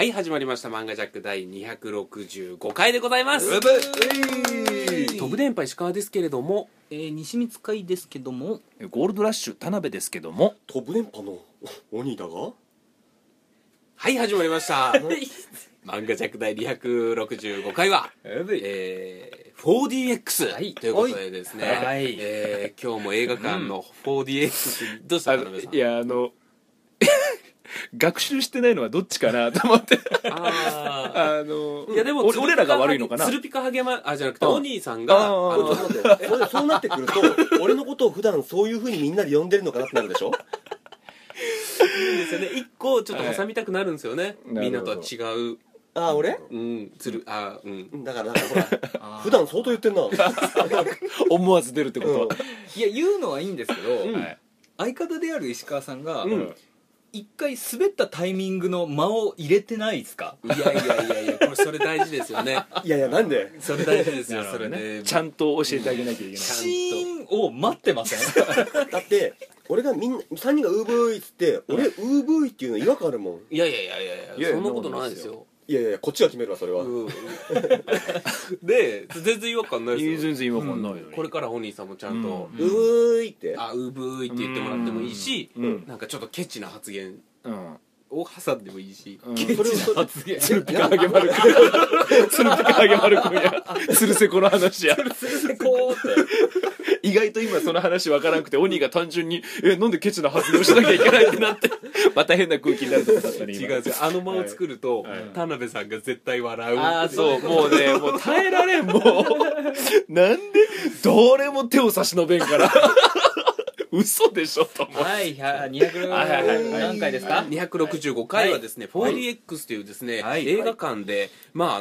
はい、始まりました漫画ジャック第265回でございます。飛ぶ電波石川ですけれども、 西光海ですけども、 ゴールドラッシュ田辺ですけども、 飛ぶ電波の鬼だが、 はい、始まりました漫画ジャック第265回は、4DX、はい、ということでですね、はい、今日も映画館の 4DX、どうしたの？ いや学習してないのはどっちかなと思っていやでも俺らが悪いのかな。 ツルピカハゲマじゃなくてお兄さんがそうなってくると俺のことを普段そういう風にみんなで呼んでるのかなってなるでしょ。 いいんですよね。一個ちょっと挟みたくなるんですよね、みんなとは違う。 俺？だからほら普段相当言ってんな思わず出るってこと。 いや言うのはいいんですけど、相方である石川さんが一回滑ったタイミングの間を入れてないですか？ いやこれそれ大事ですよね。 いやなんで？ それ大事ですよ。それね、 ちゃんと教えてあげなきゃいけない。 シーンを待ってません？ だって俺がみんな3人がウーブイっつって俺ウーブイっていうの違和感あるもん。 いやそんなことないですよ。 いやこっちが決めるわそれは。 で全然違和感ないですよ。 全然違和感ないよ。 これから本人さんもちゃんとウーブイってウーブイって言ってもらってもいいし、なんかちょっとケチな発言を挟んでもいいし、 ケチな発言。 ツルピカハゲマル君やツルセコの話や。 ツルセコって意外と今その話わからなくて、鬼が単純になんでケチな発言をしなきゃいけないってなってまた変な空気になるとこだったね。 違うんですよ。あの間を作ると田辺さんが絶対笑う。 そう、もうね、もう耐えられん。もうなんで誰も手を差し伸べんから嘘でしょと思う。 はい、200何回ですか ？265回はですね、4DX というですね、映画館で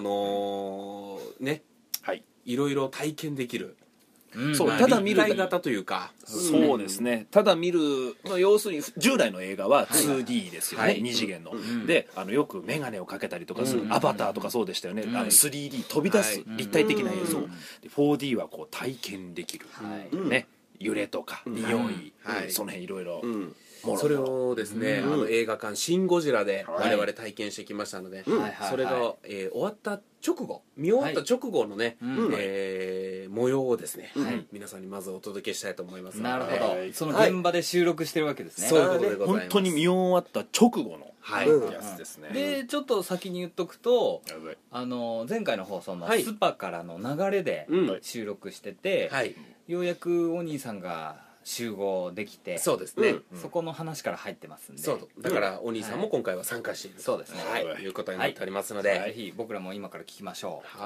いろいろ体験できる、ただ見る型というか、 そうですね、ただ見るの、要するに従来の映画は 2D ですよね、2次元の、でよく眼鏡をかけたりとかするアバターとかそうでしたよね、3D 飛び出す立体的な映像、4D はこう体験できる、ね、揺れとか匂い、その辺いろいろ、 それをですね、映画館シン・ゴジラで我々体験してきましたので、それが終わった直後、見終わった直後のね模様をですね、皆さんにまずお届けしたいと思います。 なるほど、その現場で収録してるわけですね。 そういうことでございます。 本当に見終わった直後のやつですね。 でちょっと先に言っとくと、前回の放送のスパからの流れで収録してて、ようやくお兄さんが集合できて、 そうですね、 そこの話から入ってますんで、 そうだからお兄さんも今回は参加している、 そうですね、 ということになっておりますので、 ぜひ僕らも今から聞きましょう。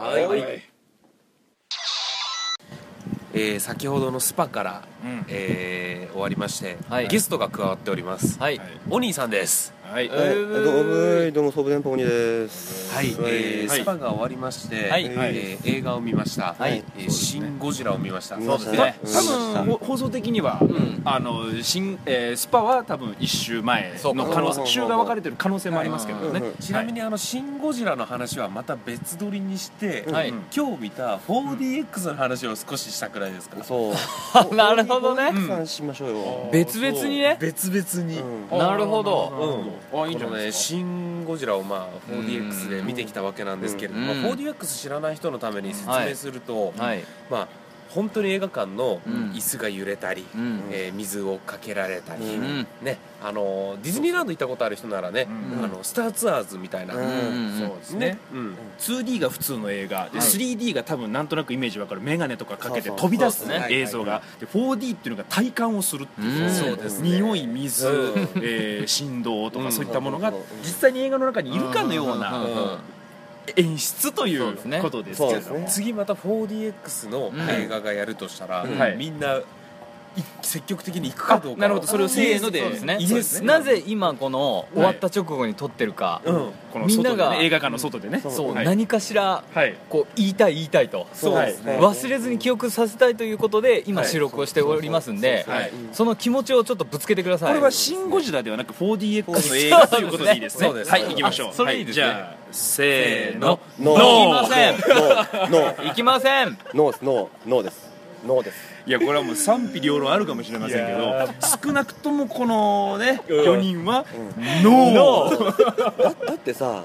先ほどのスパから、終わりまして、ゲストが加わっております。お兄さんです。 どうも飛ぶ電波鬼です。 スパが終わりまして、映画を見ました。シン・ゴジラを見ました。 そうですね。多分放送的にはスパは多分1週前の可能性、週が分かれてる可能性もありますけどね。 ちなみにシン・ゴジラの話はまた別撮りにして、今日見た 4DX の話を少ししたくらいですか。 そうなるほどね、 しましょうよ。 別々にね。 別々に。 なるほど。 このね、シン・ゴジラを4DX で見てきたわけなんですけれども、4DX 知らない人のために説明すると、本当に映画館の椅子が揺れたり、水をかけられたり、ね、ディズニーランド行ったことある人ならね、スターツアーズみたいな、 そうですね、2D が普通の映画で、3D が多分なんとなくイメージわかる、眼鏡とかかけて飛び出す映像が、で 4D っていうのが体感をするっていう、そうですね、匂い、水、振動とかそういったものが実際に映画の中にいるかのような演出ということですけれども、 次また 4DX の映画がやるとしたら、みんな積極的に行くかどうか。 なるほど、それをせーのでなぜ今この終わった直後に撮ってるか、みんなが映画館の外でね、 何かしらこう言いたいと、忘れずに記憶させたいということで今収録をしておりますんで、その気持ちをちょっとぶつけてください。 これはシン・ゴジラではなく 4DX の映画ということでいいですね。はい、行きましょう。 それいいですね。 じゃあせーの、 ノー。行きません。 ノーです。 いや、これはもう賛否両論あるかもしれませんけど、少なくともこのね4人はノー。 だってさ、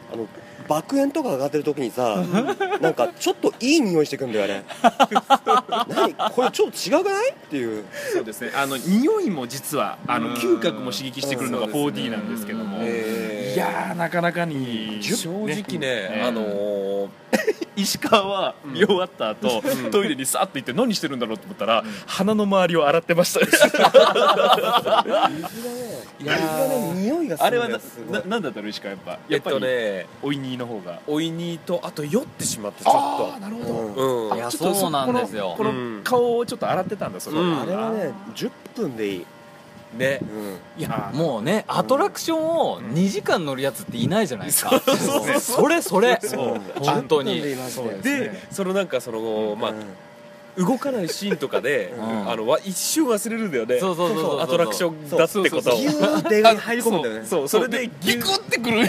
爆炎とか上がってる時にさなんかちょっといい匂いしてくんだよね何これちょっと違くないっていう。 そうですね、匂いも実は嗅覚も刺激してくるのが 4D なんですけども、いやーなかなかに正直ね石川は見終わった後、トイレにさっと行って何してるんだろうと思ったら、鼻の周りを洗ってましたね水がね匂いがするんだよ。 あれはなんだったの石川やっぱおいにの方がおいにとあと酔ってしまってちょっと。 なるほど、いやそうなんですよ。 この顔をちょっと洗ってたんだそれ。 あれはね10分でいいね。 いやもうねアトラクションを2時間乗るやつっていないじゃないですか。それ本当に。 でそのなんかそのまあ動かないシーンとかで一瞬忘れるんだよね。アトラクションだってことをギューって映画に入り込むんだよね。 そうそれでギクってくる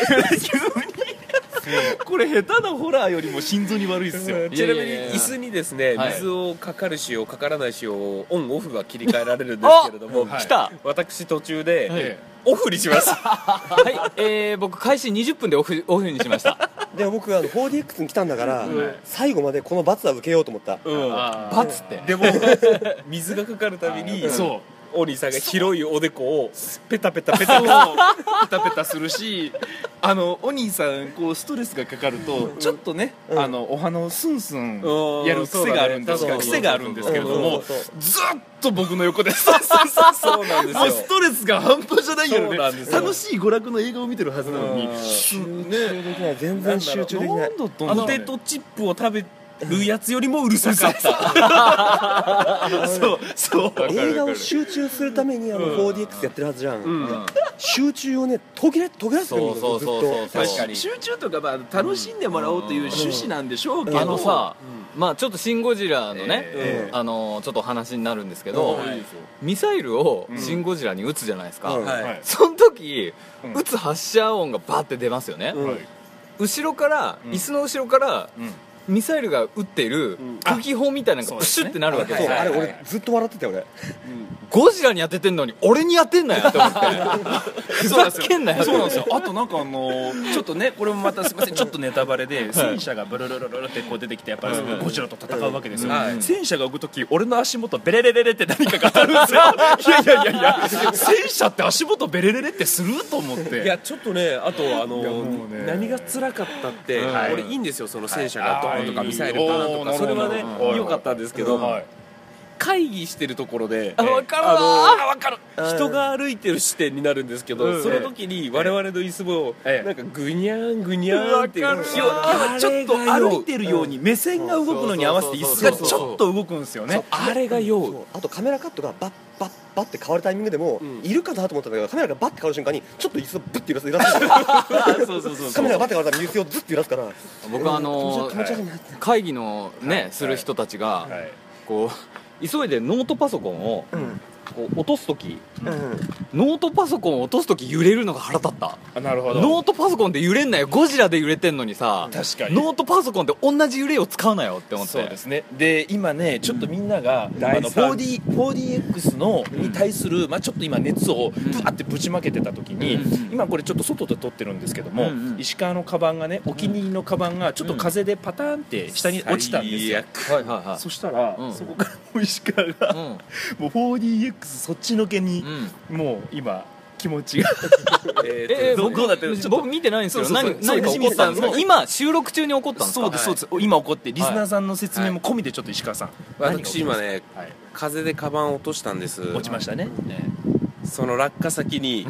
これ下手なホラーよりも心臓に悪いっすよ。 ちなみに椅子にですね水をかかる仕様かからない仕様オンオフが切り替えられるんですけれども、私途中でオフにします。 はい、僕開始20分でオフにしました。 でも僕4DX に来たんだから最後までこの罰は受けようと思った。 罰ってでも水がかかるたびにオニーさんが広いおでこをペタペタペタペタするし、オニーさんこうストレスがかかるとちょっとねお花をスンスンやる癖があるんですけれども、ずっと僕の横でそうなんですよ。 もうストレスが半端じゃないよね。楽しい娯楽の映画を見てるはずなのに集中できない。全然集中できない。 ポテトチップを食べるやつよりもうるさかった。 そう映画を集中するために4DX やってるはずじゃん。集中をね途切らせてるんだよずっと。 確かに集中とか楽しんでもらおうという趣旨なんでしょうけどさ、まあちょっとシン・ゴジラのねちょっと話になるんですけど、ミサイルをシン・ゴジラに撃つじゃないですか。その時撃つ発射音がバッて出ますよね。後ろから椅子の後ろからミサイルが撃ってる空気砲みたいなのがプシュってなるわけですよ。 あれ俺ずっと笑ってたよ俺。 ゴジラに当ててんのに俺にやってんなよって思ってふざけんなよ。 そうなんですよ。あとなんかちょっとねこれもまたすいませんちょっとネタバレで戦車がブルルルルルってこう出てきてやっぱりゴジラと戦うわけですよ。戦車が動く時俺の足元ベレレレレって何かが当たるんですよ。いや戦車って足元ベレレレってすると思って。 いやちょっとねあと何が辛かったって俺いいんですよその戦車がドーンとかミサイルがとかそれはね良かったんですけど。会議してるところで分かる人が歩いてる視点になるんですけど、その時に我々の椅子もなんかグニャングニャンっていうちょっと歩いてるように目線が動くのに合わせて椅子がちょっと動くんですよね。 あれが酔う。 あとカメラカットがバッバッバッって変わるタイミングでもいるかなと思ったんだけど、カメラがバッて変わる瞬間にちょっと椅子をブッて揺らすカメラがバッて変わるために椅子をずっと揺らすから、 僕会議のねする人たちがこう急いでノートパソコンをこう落とす時、ノートパソコンを落とす時揺れるのが腹立った。 なるほど。 ノートパソコンで揺れんなよ。ゴジラで揺れてんのにさ、 確かにノートパソコンで同じ揺れを使うなよって思って。 そうですね。で今ねちょっとみんなが4DX のに対するちょっと今熱をバーってぶちまけてた時に、今これちょっと外で撮ってるんですけども、石川のカバンがねお気に入りのカバンがちょっと風でパターンって下に落ちたんですよ。そしたらそこからもう石川がもう 4DXそっちのけにもう今気持ちがどうなってる？僕見てないんですよ。何か起こったんですか？今収録中に起こったんですか？ そうです今起こって、リスナーさんの説明も込みでちょっと石川さん、 私今ね風でカバンを落としたんです。 落ちましたね。 その落下先に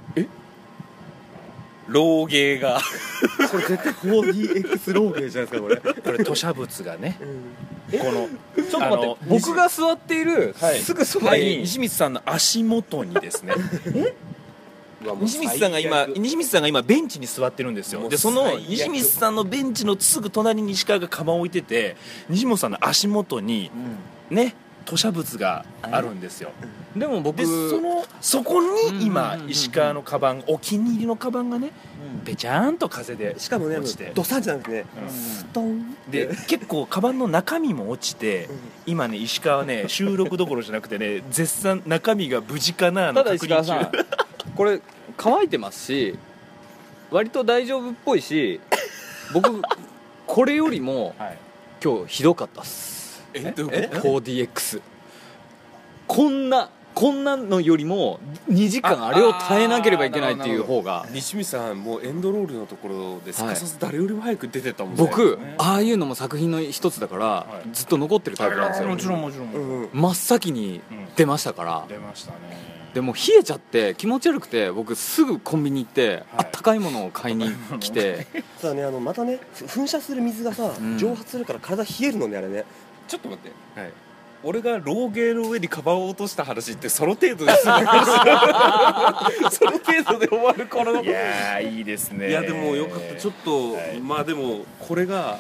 ローゲーがこれ絶対 4DX ローゲーじゃないですかこれ吐砂物がねこのちょっと待って僕が座っているすぐそばに西光さんの足元にですね西光さんが今ベンチに座ってるんですよ。でその西光さんのベンチのすぐ隣に石川がカバンを置いてて、西光さんの足元にね吐砂物があるんですよ。 でも僕そこに今石川のカバンお気に入りのカバンがねぺちゃんと風でしかもねドサンじゃなくてねストンで結構カバンの中身も落ちて今ね石川ね収録どころじゃなくてね絶賛中身が無事かなの確認中。 ただ石川さんこれ乾いてますし割と大丈夫っぽいし僕これよりも今日ひどかったっす。 どういうこと？ 4DX こんなのよりも2時間あれを耐えなければいけないっていう方が。 西見さんもうエンドロールのところですかさず誰よりも早く出てたもんね。 僕ああいうのも作品の一つだからずっと残ってるタイプなんですよ。 もちろんもちろん、 真っ先に出ましたから、 出ましたね。 でも冷えちゃって気持ち悪くて僕すぐコンビニ行ってあったかいものを買いに来てただねまたね噴射する水がさ蒸発するから体冷えるのねあれね。 ちょっと待って、俺がローゲーの上にカバンを落とした話ってその程度ですその程度で終わる頃の。 いやいいですね。 いやでもよかった。ちょっと、まあでもこれが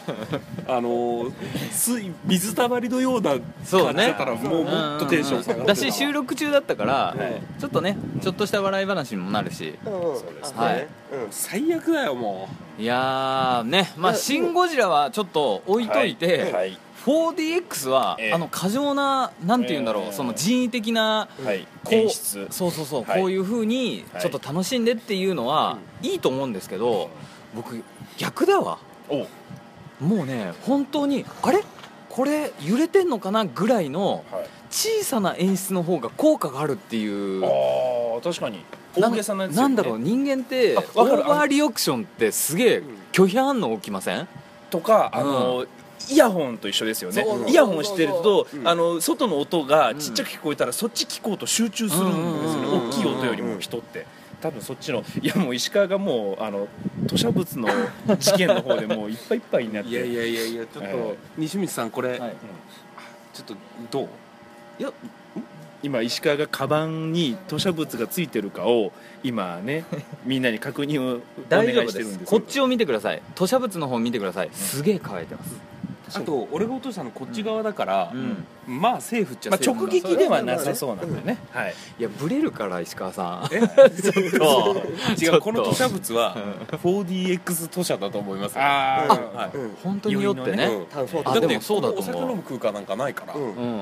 水たまりのような感じだったらもっとテンション下がってた。 だし収録中だったから、ちょっとねちょっとした笑い話にもなるし、 最悪だよもう。いやね、まあシン・ゴジラはちょっと置いといて、4DX は過剰ななんていうんだろう、その人為的な演出、 そうこういう風にちょっと楽しんでっていうのはいいと思うんですけど、僕逆だわ。もうね本当にあれこれ揺れてんのかなぐらいの小さな演出の方が効果があるっていう。 確かに大げさなやつよね。 なんだろう、人間ってオーバーリアクションってすげえ拒否反応起きません？ とかイヤホンと一緒ですよね。イヤホンしてると外の音がちっちゃく聞こえたらそっち聞こうと集中するんですよね。大きい音よりも人って多分そっちの。いやもう石川がもう吐砂物の事件の方でもういっぱいいっぱいになって。 いやちょっと西光さんこれちょっとどう？ いや今石川がカバンに吐砂物がついてるかを今ねみんなに確認をお願いしてるんです。 こっちを見てください。吐砂物の方見てください。すげえ乾いてます。 あと俺が落としたのこっち側だから、まあセーフっちゃセーフ。 直撃ではなさそうなんだよね。 いやブレるから石川さん。 違う、この吐砂物は 4DX 吐砂だと思います。 本当によってね。 だってそうだと思う。お酒飲む空間なんかないから。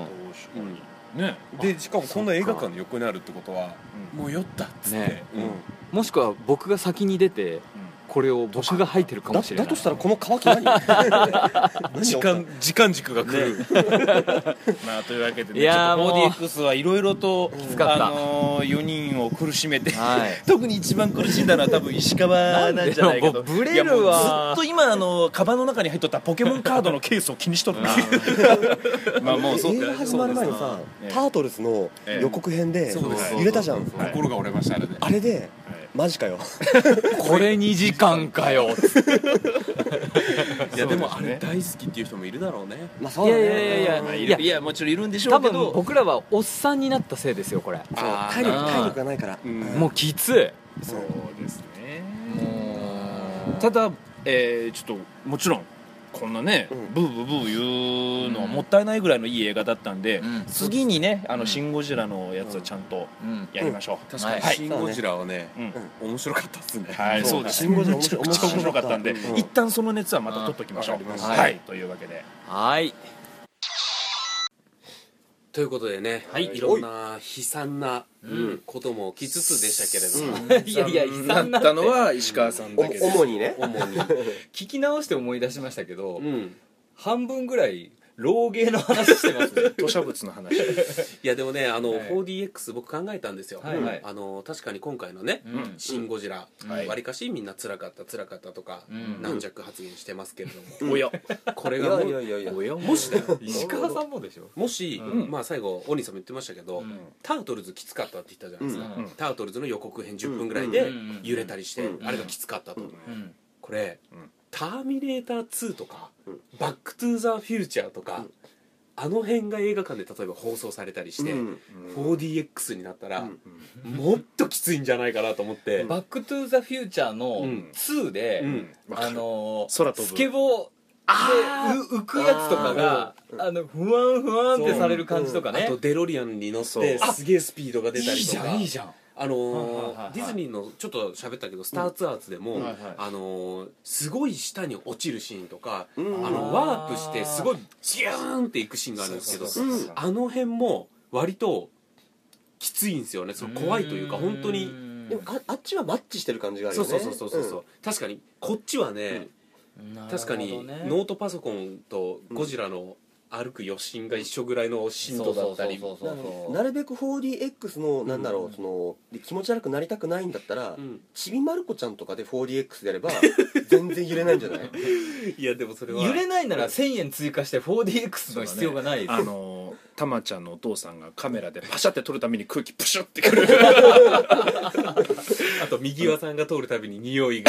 でしかもこんな映画館の横にあるってことはもう酔ったっつって。 もしくは僕が先に出てこれを僕が吐いてるかもしれない。 だとしたらこの乾き何時間軸が来る。 まあというわけでね、4DX はいろいろと4人を苦しめて、特に一番苦しんだのは多分石川なんじゃないかと。 ブレるわ。 ずっと今カバンの中に入っとったポケモンカードのケースを気にしとるな。 まあもうそうか。映画始まる前にさタートルズの予告編で揺れたじゃん。 心が折れましたあれで。マジかよこれ2時間かよ。 いやでもあれ大好きっていう人もいるだろうね。 まあそうだね。 いやもちろんいるんでしょうけど、 多分僕らはおっさんになったせいですよこれ。 体力がないからもうきつい。 そうですね。ただちょっともちろんこんなねブーブーブー言うのはもったいないぐらいのいい映画だったんで、次にねシン・ゴジラのやつはちゃんとやりましょう。 確かにシン・ゴジラはね面白かったっすね。 はいそうです。シン・ゴジラめちゃくちゃ面白かったんで一旦その熱はまた取っときましょう。はいというわけでということでね、いろんな悲惨なことも起きつつでしたけれども、 いやいや悲惨なったのは石川さんだけです。 主に聞き直して思い出しましたけど、半分ぐらい老芸の話してますね。 吐砂物の話。 いやでもね4DX 僕考えたんですよ。確かに今回のねシン・ゴジラわりかしみんな辛かったとか軟弱発言してますけれども、 おやこれがもしだよ石川さんもでしょ。 もしまあ最後オニさんも言ってましたけどタートルズきつかったって言ったじゃないですか。タートルズの予告編10分ぐらいで揺れたりしてあれがきつかったと。これターミネーター2とかバックトゥーザフューチャーとかあの辺が映画館で例えば放送されたりして 4DX になったらもっときついんじゃないかなと思って。 バックトゥーザフューチャーの2で空飛ぶスケボーで浮くやつとかがふわんってされる感じとかね。 あとデロリアンに乗ってすげえスピードが出たりとか。 いいじゃんディズニーのちょっと喋ったけどスターツアーズでもすごい下に落ちるシーンとかワープしてすごいジューンっていくシーンがあるんですけどあの辺も割ときついんですよね。その怖いというか本当にでもあっちはマッチしてる感じがあるよね。 そう確かにこっちはね、確かにノートパソコンとゴジラの歩く余震が一緒ぐらいの震度だったり、 なるべく 4DX のなんだろう、その気持ち悪くなりたくないんだったら、ちびまる子ちゃんとかで 4DX でやれば全然揺れないんじゃない？ いやでもそれは揺れないなら1000円追加して 4DX の必要がない。 たまちゃんのお父さんがカメラでパシャって撮るために空気プシュってくるあと右輪さんが通るたびに匂いが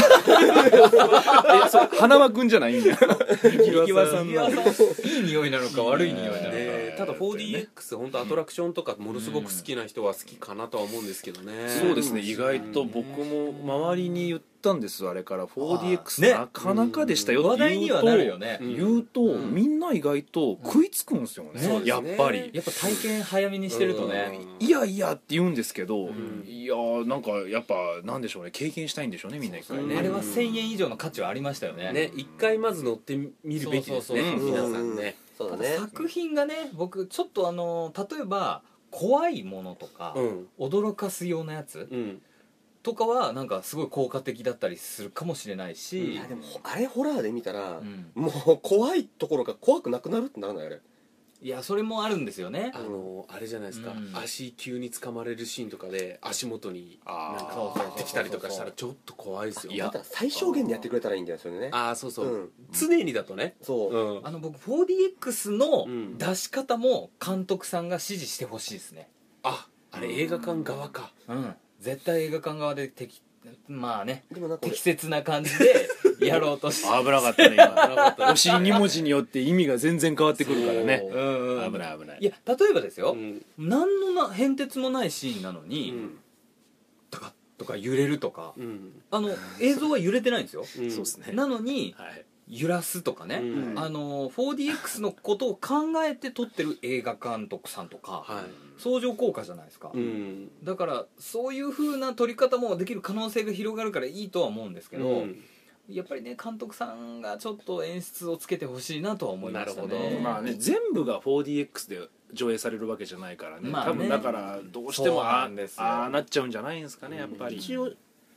花輪くんじゃないんだ右輪さんのいい匂いなのか悪い匂いなのか、 ただ 4DX 本当アトラクションとかものすごく好きな人は好きかなとは思うんですけどね。 そうですね、意外と僕も周りに言ったんです、あれから 4DX なかなかでしたよって話題にはなるよね。 言うとみんな意外と食いつくんですよね、やっぱり。 やっぱ体験早めにしてるとね、 いやいやって言うんですけど、いやなんかやっぱなんでしょうね、経験したいんでしょうね、みんな一回ね。 あれは1000円以上の価値はありましたよね。 一回まず乗ってみるべきですね、皆さんね。 そうだね。 作品がね、僕ちょっと例えば怖いものとか、驚かすようなやつ、とかはなんかすごい効果的だったりするかもしれないし、 でもあれホラーで見たら、もう怖いところが怖くなくなるってならない？あれいやそれもあるんですよね。 あれじゃないですか、足急に掴まれるシーンとかで足元になんか入ってきたりとかしたらちょっと怖いですよ。 いや最小限でやってくれたらいいんだよそれね。 常にだとね。 僕 4DX の出し方も監督さんが指示してほしいですね。 あれ映画館側か。 絶対映画館側でまあね、適切な感じでやろうとして危なかったね今お尻2文字によって意味が全然変わってくるからね。危ない危ない。 いや例えばですよ、何の変哲もないシーンなのにとか揺れるとか、映像は揺れてないんですよ。 そうですね。 なのに揺らすとかね、4DX のことを考えて撮ってる映画監督さんとか、相乗効果じゃないですか。だからそういう風な撮り方もできる可能性が広がるからいいとは思うんですけど、やっぱりね監督さんがちょっと演出をつけてほしいなとは思いましたね。 まあね、全部が 4DX で上映されるわけじゃないからね、多分だからどうしてもああなっちゃうんじゃないんですかね、やっぱり。 一応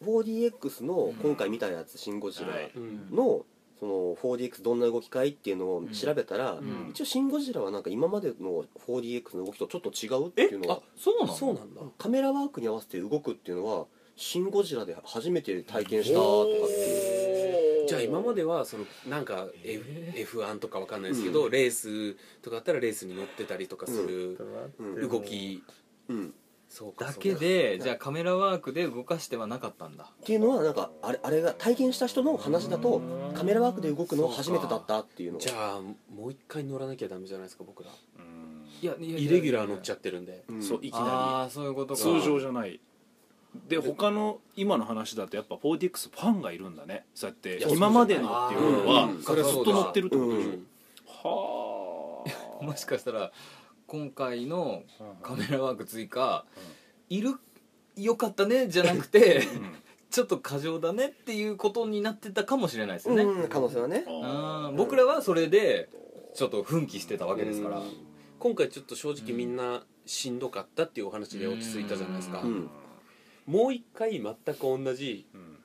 4DX の今回見たやつ「シン・ゴジラ」のその 4DX どんな動きかいっていうのを調べたら、一応シン・ゴジラはなんか今までの 4DX の動きとちょっと違うっていうのは。 そうなんだ。 カメラワークに合わせて動くっていうのはシン・ゴジラで初めて体験したとかっていう。 じゃあ今まではそのなんか F1 とかわかんないですけど、レースとかだったらレースに乗ってたりとかする動きだけで、じゃあカメラワークで動かしてはなかったんだっていうのはなんかあれが体験した人の話だとカメラワークで動くの初めてだったっていうの。 じゃあもう一回乗らなきゃダメじゃないですか僕ら。 いやイレギュラー乗っちゃってるんで、 そういきなり通常じゃないで、他の今の話だとやっぱ 4DX ファンがいるんだね。そうやって今までのっていうのはずっと乗ってるってことでしょ。 はあもしかしたら今回のカメラワーク追加いるよかったねじゃなくてちょっと過剰だねっていうことになってたかもしれないですよね。 可能性はね。 僕らはそれでちょっと奮起してたわけですから。 今回ちょっと正直みんなしんどかったっていうお話で落ち着いたじゃないですか。もう一回全く同じ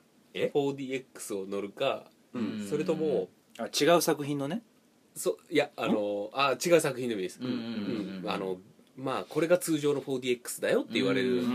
4DX を乗るか、それとも違う作品のね、 いや違う作品でもいいです。まあこれが通常の 4DX だよって言われる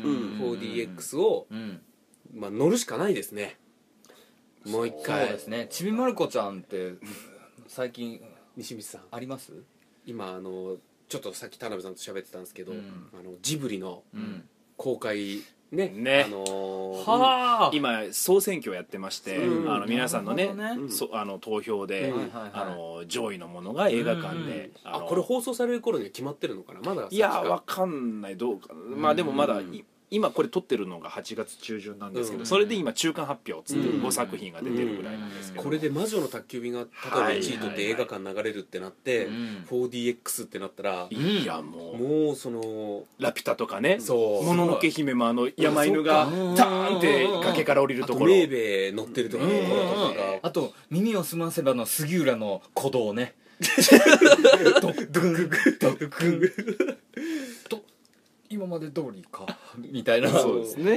4DX をまあ乗るしかないですね。もう一回。 そうですね。ちびまる子ちゃんって最近西光さんあります？ 今ちょっとさっき田辺さんと喋ってたんですけど、ジブリの公開ね、 今総選挙やってまして、皆さんのね投票で上位のものが映画館で、 これ放送される頃には決まってるのかな。まだいやわかんない、どうかまあでもまだ今これ撮ってるのが8月中旬なんですけど、それで今中間発表つって5作品が出てるぐらいなんですけど、 これで魔女の宅急便が例えば1位取って映画館流れるってなって 4DX ってなったら、 いやもうそのラピュタとかね、もののけ姫も山犬がターンって崖から降りるところ、 メーベー乗ってるところとか、 あと耳を澄ませばの杉浦の鼓動ねドッグンドッグンと今まで通りかみたいな。 そうですね。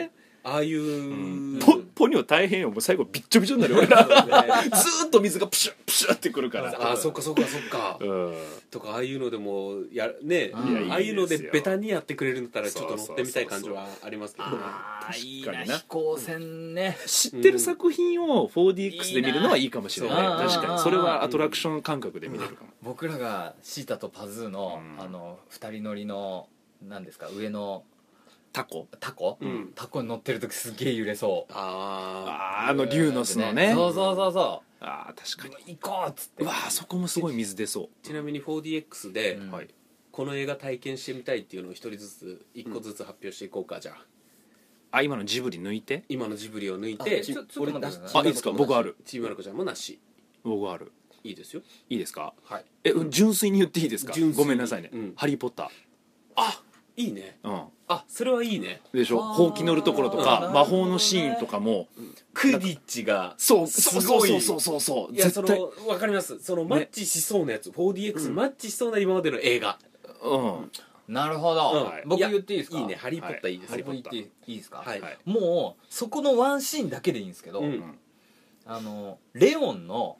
ああいうポニョ大変よ、もう最後ビッチョビチョになるよ俺らずーっと水がプシュップシュッってくるから。 あ、そっかそっかそっかとか、ああいうのでもね、ああいうのでベタにやってくれるんだったらちょっと乗ってみたい感じはありますけどね。 いいな、飛行船ね。 知ってる作品を 4DX で見るのはいいかもしれない。確かにそれはアトラクション感覚で見れるかも。 僕らがシータとパズーの2人乗りの何ですか、上のタコに乗ってる時すげえ揺れそう。 竜の巣のね。 そうそうそうそう。 確かに行こうっつって。 うわそこもすごい水出そう。 ちなみに 4DX でこの映画体験してみたいっていうのを一人ずつ一個ずつ発表していこうか。じゃあ今のジブリ抜いて、 今のジブリを抜いて、 俺いいですか。僕ある。 ちびまる子ちゃんもなし。 僕ある。 いいですよ。 いいですか。 はい。 純粋に言っていいですか。ごめんなさいね。ハリーポッター。 あ、いいね。それはいいね。 でしょ。ほうき乗るところとか魔法のシーンとかも、 クディッチがすごい。 そういや、その分かります。そのマッチしそうなやつ、 4DX マッチしそうな今までの映画。 なるほど。僕言っていいですか。 いいね。ハリーポッターいいです。 ハリーポッターいいですか。 はい。 もうそこのワンシーンだけでいいんですけど、レオンの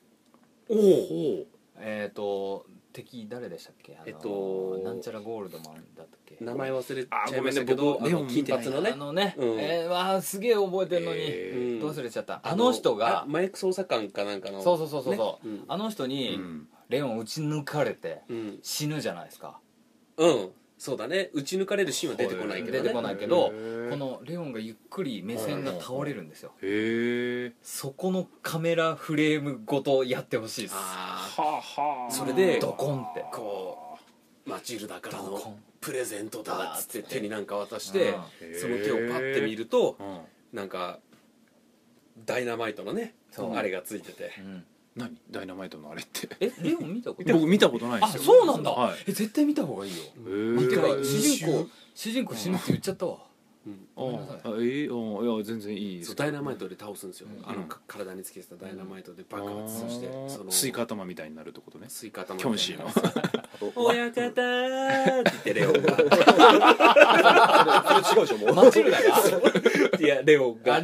敵誰でしたっけ。なんちゃらゴールドマンだったっけ。 名前忘れちゃいましたけど、 レオン金髪のね、 すげえ覚えてんのにどう忘れちゃった。あの人が麻薬捜査官かなんかの、 そうあの人にレオン撃ち抜かれて死ぬじゃないですか。 そうだね。撃ち抜かれるシーンは出てこないけどね。 出てこないけど、このレオンがゆっくり目線が倒れるんですよ。そこのカメラフレームごとやってほしいです。 それでドコンってこうマチルダからのプレゼントだっつって手になんか渡して、その手をパッて見るとなんかダイナマイトのねあれがついてて。 何ダイナマイトのあれって。 レオン見たこと僕見たことないですよ。 そうなんだ。絶対見た方がいいよ。主人公死ぬって言っちゃったわ。 いや全然いいです。 ダイナマイトで倒すんですよ。体につけてたダイナマイトで爆発させて、 スイカ頭みたいになるってことね。 スイカ頭キョンシーの親方ーって言ってレオンがそれ違うでしょ。もうマチルダがいやレオンが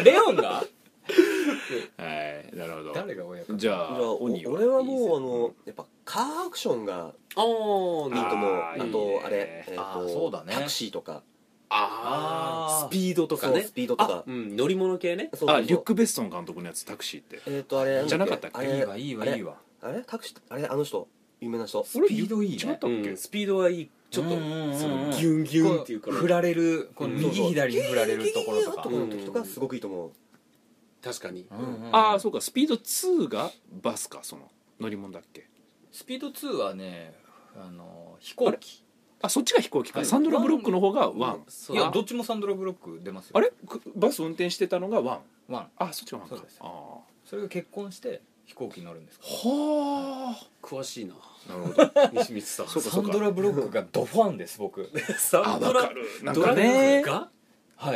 はい、なるほど。 誰が親方。 じゃあ俺はもうやっぱカーアクションがいいと思う。あとあれそうだね、 タクシーとかスピードとかね。 スピードとか乗り物系ね。 リュック・ベッソン監督のやつ、タクシーって。 あれじゃなかったっけ。 いいわあれタクシー、あれあの人有名な人。 スピードいいね。 スピードはいい。ちょっとギュンギュンっていうか振られる、この右左に振られるところとかの時とかすごくいいと思う。 確かに。 そうか。スピード2がバスか、その乗り物だっけ。 スピード2はね、飛行機。 そっちが飛行機か。サンドラ・ブロックの方が1。 いや、どっちもサンドラ・ブロック出ますよ。 あれバス運転してたのが1。そっちが1か。 そうです。それが結婚して飛行機に乗るんですか。 はあ、詳しいな。なるほど。西光さん。 サンドラ・ブロックがドファンです、僕。 サンドラ・ドラねがはい。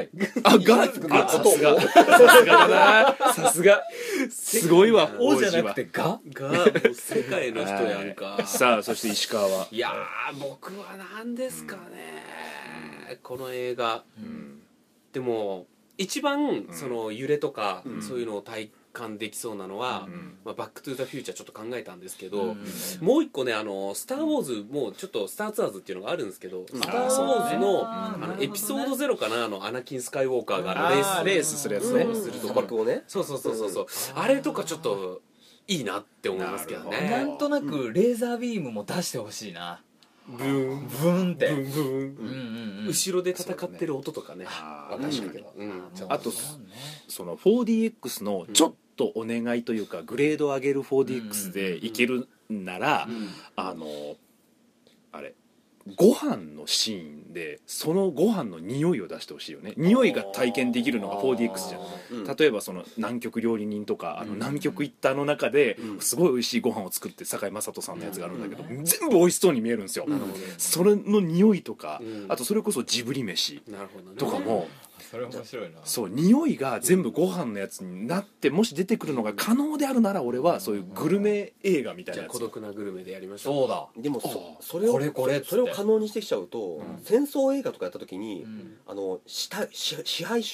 さすがすごいわ。 おじゃなくてがもう世界の人やんか。 さあ、そして石川は。 いや僕は何ですかね、この映画。でも一番その揺れとかそういうのを体感できそうなのはバックトゥーザフューチャーちょっと考えたんですけど、もう一個ね、スター・ウォーズもちょっとスター・ツアーズっていうのがあるんですけど、スター・ウォーズのエピソード0かな、アナキン・スカイウォーカーがレースするやつね。 砂漠をね。 そうあれとかちょっといいなって思いますけどね。 なんとなくレーザービームも出してほしいな。 ブーンブーンってブーンブーン、後ろで戦ってる音とかね。 確かに。 あとその 4DX のちょっとお願いというか、グレード上げる 4DX でいけるなら、あれご飯のシーンでそのご飯の匂いを出してほしいよね。匂いが体験できるのが 4DX じゃん。例えばその南極料理人とか、南極行ったの中ですごい美味しいご飯を作って堺雅人さんのやつがあるんだけど、全部美味しそうに見えるんですよ。それの匂いとか、あとそれこそジブリ飯とかも、 それ面白いな。 そう、匂いが全部ご飯のやつになって、もし出てくるのが可能であるなら、俺はそういうグルメ映画みたいなやつ。 孤独なグルメでやりましょう。 そうだ。 でもそれを可能にしてきちゃうと、戦争映画とかやった時に支配種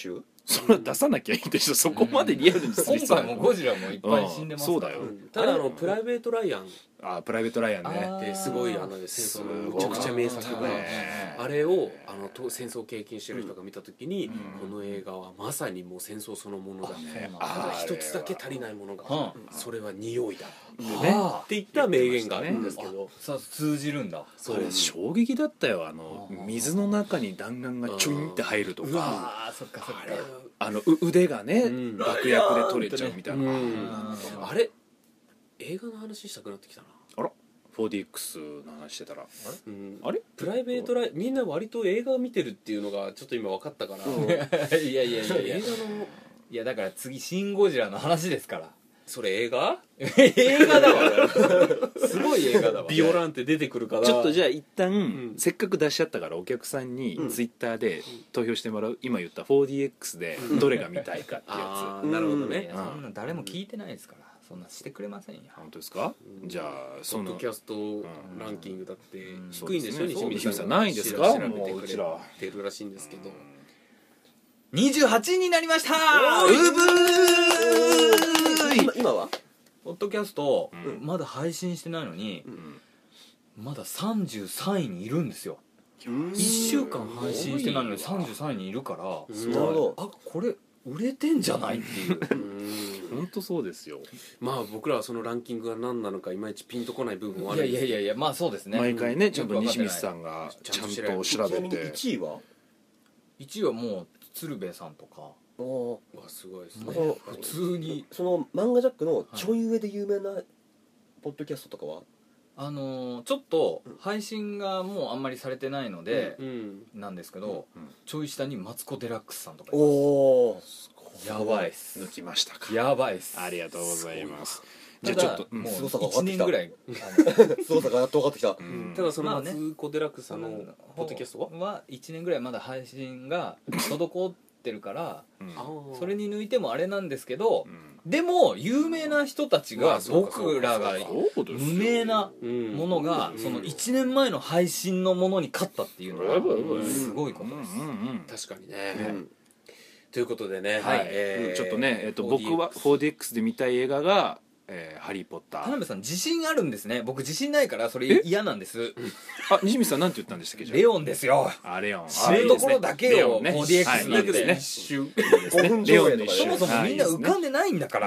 それは出さなきゃいいでしょ、そこまでリアルに今回もゴジラもいっぱい死んでますから。 そうだよ。 ただプライベート・ライアンプライベート・ライアンねってすごい戦争のめちゃくちゃ名作が、あれを戦争を経験してる人が見た時に、この映画はまさにもう戦争そのものだ、ただ一つだけ足りないものが、それは匂いだって言った名言があるんですけど、 さあ通じるんだ。 あれ衝撃だったよ。水の中に弾丸がちょいんって入るとか、 そっかそっか。 腕がね爆薬で取れちゃうみたいな。 あれ映画の話したくなってきたな。 あら 4DX の話してたらあれプライベートライみんな割と映画を見てるっていうのがちょっと今分かったから、 いや映画のいやだから次シン・ゴジラの話ですから。 それ映画映画だわすごい映画だわ。 ビオランって出てくるから、 ちょっとじゃあ一旦せっかく出しちゃったからお客さんにツイッターで投票してもらう。今言った 4DX でどれが見たいかっていうやつ。 なるほどね。 そんな誰も聞いてないですから、そんなしてくれませんよ。 本当ですか。じゃあポッドキャストランキングだって低いんですよ。 西水さんないんですか。 調べてくれてるらしいんですけど、 28位になりました。 今はポッドキャストまだ配信してないのにまだ33位にいるんですよ。1週間配信してないのに33位にいるから、 なるほど。 あ、これ売れてんじゃないっていう本当そうですよ。 まあ僕らはそのランキングが何なのかいまいちピンとこない部分はあるんですけど、 いやまあそうですね。 毎回ねちゃんと西光さんがちゃんと調べて。 ちなみに1位は 1位はもう鶴瓶さんとか。 すごいですね。 普通にその漫画ジャックのちょい上で有名なポッドキャストとかはちょっと配信がもうあんまりされてないのでなんですけど、ちょい下にマツコ・デラックスさんとかいます。やばいっす。 抜きましたか。 やばいっす。 ありがとうございます。 じゃあちょっともう1年ぐらいすごさがやっと分かってきた。 ただそのマツコ・デラックスさんのポッドキャストは1年ぐらいまだ配信が滞ってるからそれに抜いてもあれなんですけど、でも有名な人たちが僕らが無名なものがその1年前の配信のものに勝ったっていうのはすごいことです。 確かにね。ということでね、 ちょっとね僕は 4DX で見たい映画がハリーポッター。 田辺さん自信あるんですね。僕自信ないからそれ嫌なんです。 西光さんなんて言ったんですっけ。 レオンですよ。 レオン知るところだけよ。 4DX なんて 5分上映とかそもそもみんな浮かんでないんだから。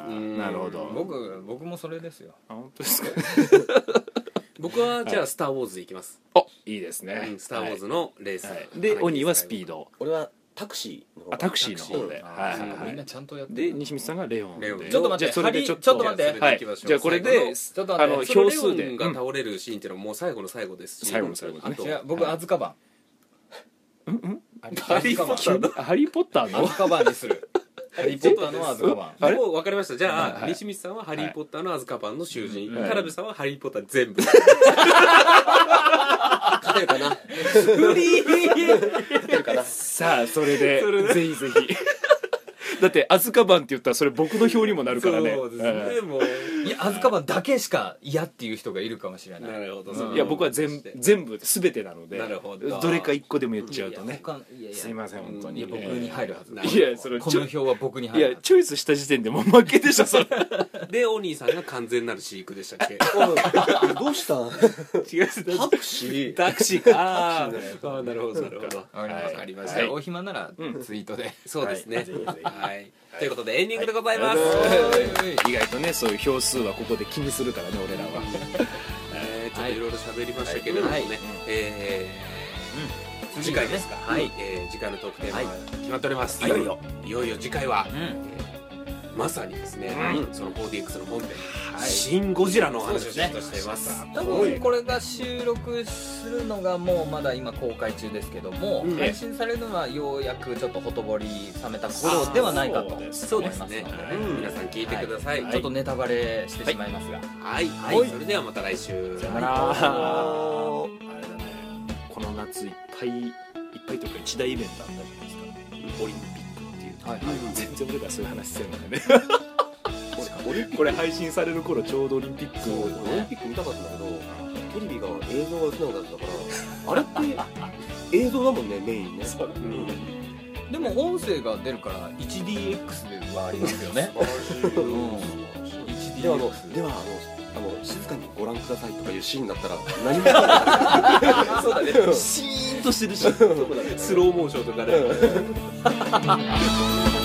なるほど。 僕もそれですよ。 本当ですか。 僕はじゃあスター・ウォーズでいきます。 いいですね。 スター・ウォーズのレースで鬼はスピード。 俺はタクシーの方。 タクシーの方でみんなちゃんとやって。 で西光さんがレオン。 ちょっと待って、ちょっと待って。 じゃあこれで票数でが倒れるシーンっていうのはもう最後の最後ですし、 最後の最後ですね。いや僕アズカバン。 ハリーポッターのアズカバンにする。ハリーポッターのアズカバン。 もう分かりました。じゃあ西光さんはハリーポッターのアズカバンの囚人、田辺さんはハリーポッター全部。 勝てるかな。 フリー。 勝てるかな。 さあそれでぜひぜひ。だってアズカバンって言ったらそれ僕の票にもなるからね。 そうですね。もういやアズカバンだけしか嫌っていう人がいるかもしれない。 なるほど。 いや僕は全部全てなので。 なるほど。 どれか一個でも言っちゃうとね。すいません本当に。 僕に入るはず。 いやそれこの票は僕に入る。 いやチョイスした時点でもう負けでしょそれ。 でお兄さんが完全なる飼育でしたっけ。 どうしたん。 違う。タクシーか。ああなるほどなるほど。わかりました。 お暇ならツイートで。 そうですね。はい。ということでエンディングでございます。 意外とねそういう票数はここで気にするからね俺らは。 ちょっといろいろ喋りましたけれどもね。次回ですか。はい。次回のトークテーマは決まっております。いよいよ次回はまさにですねその 4DX の本編シン・ゴジラのお話をしています。 多分これが収録するのがもうまだ今公開中ですけども配信されるのはようやくちょっとほとぼり冷めた頃ではないかと思いますので皆さん聞いてください。 ちょっとネタバレしてしまいますがはい、それではまた来週。 さよなら。あれだねこの夏いっぱいというか一大イベントあったじゃないですか。オリンピックっていう全然俺らそういう話してるのでね。これ配信される頃ちょうどオリンピック見たかったんだけどテレビが映像が映らなかったからあれって映像だもんねメインね。 でも音声が出るから 1DX ではありますよね。 では静かにご覧くださいとかいうシーンだったら何もそうだね、シーンとしてるし、スローモーションとかね。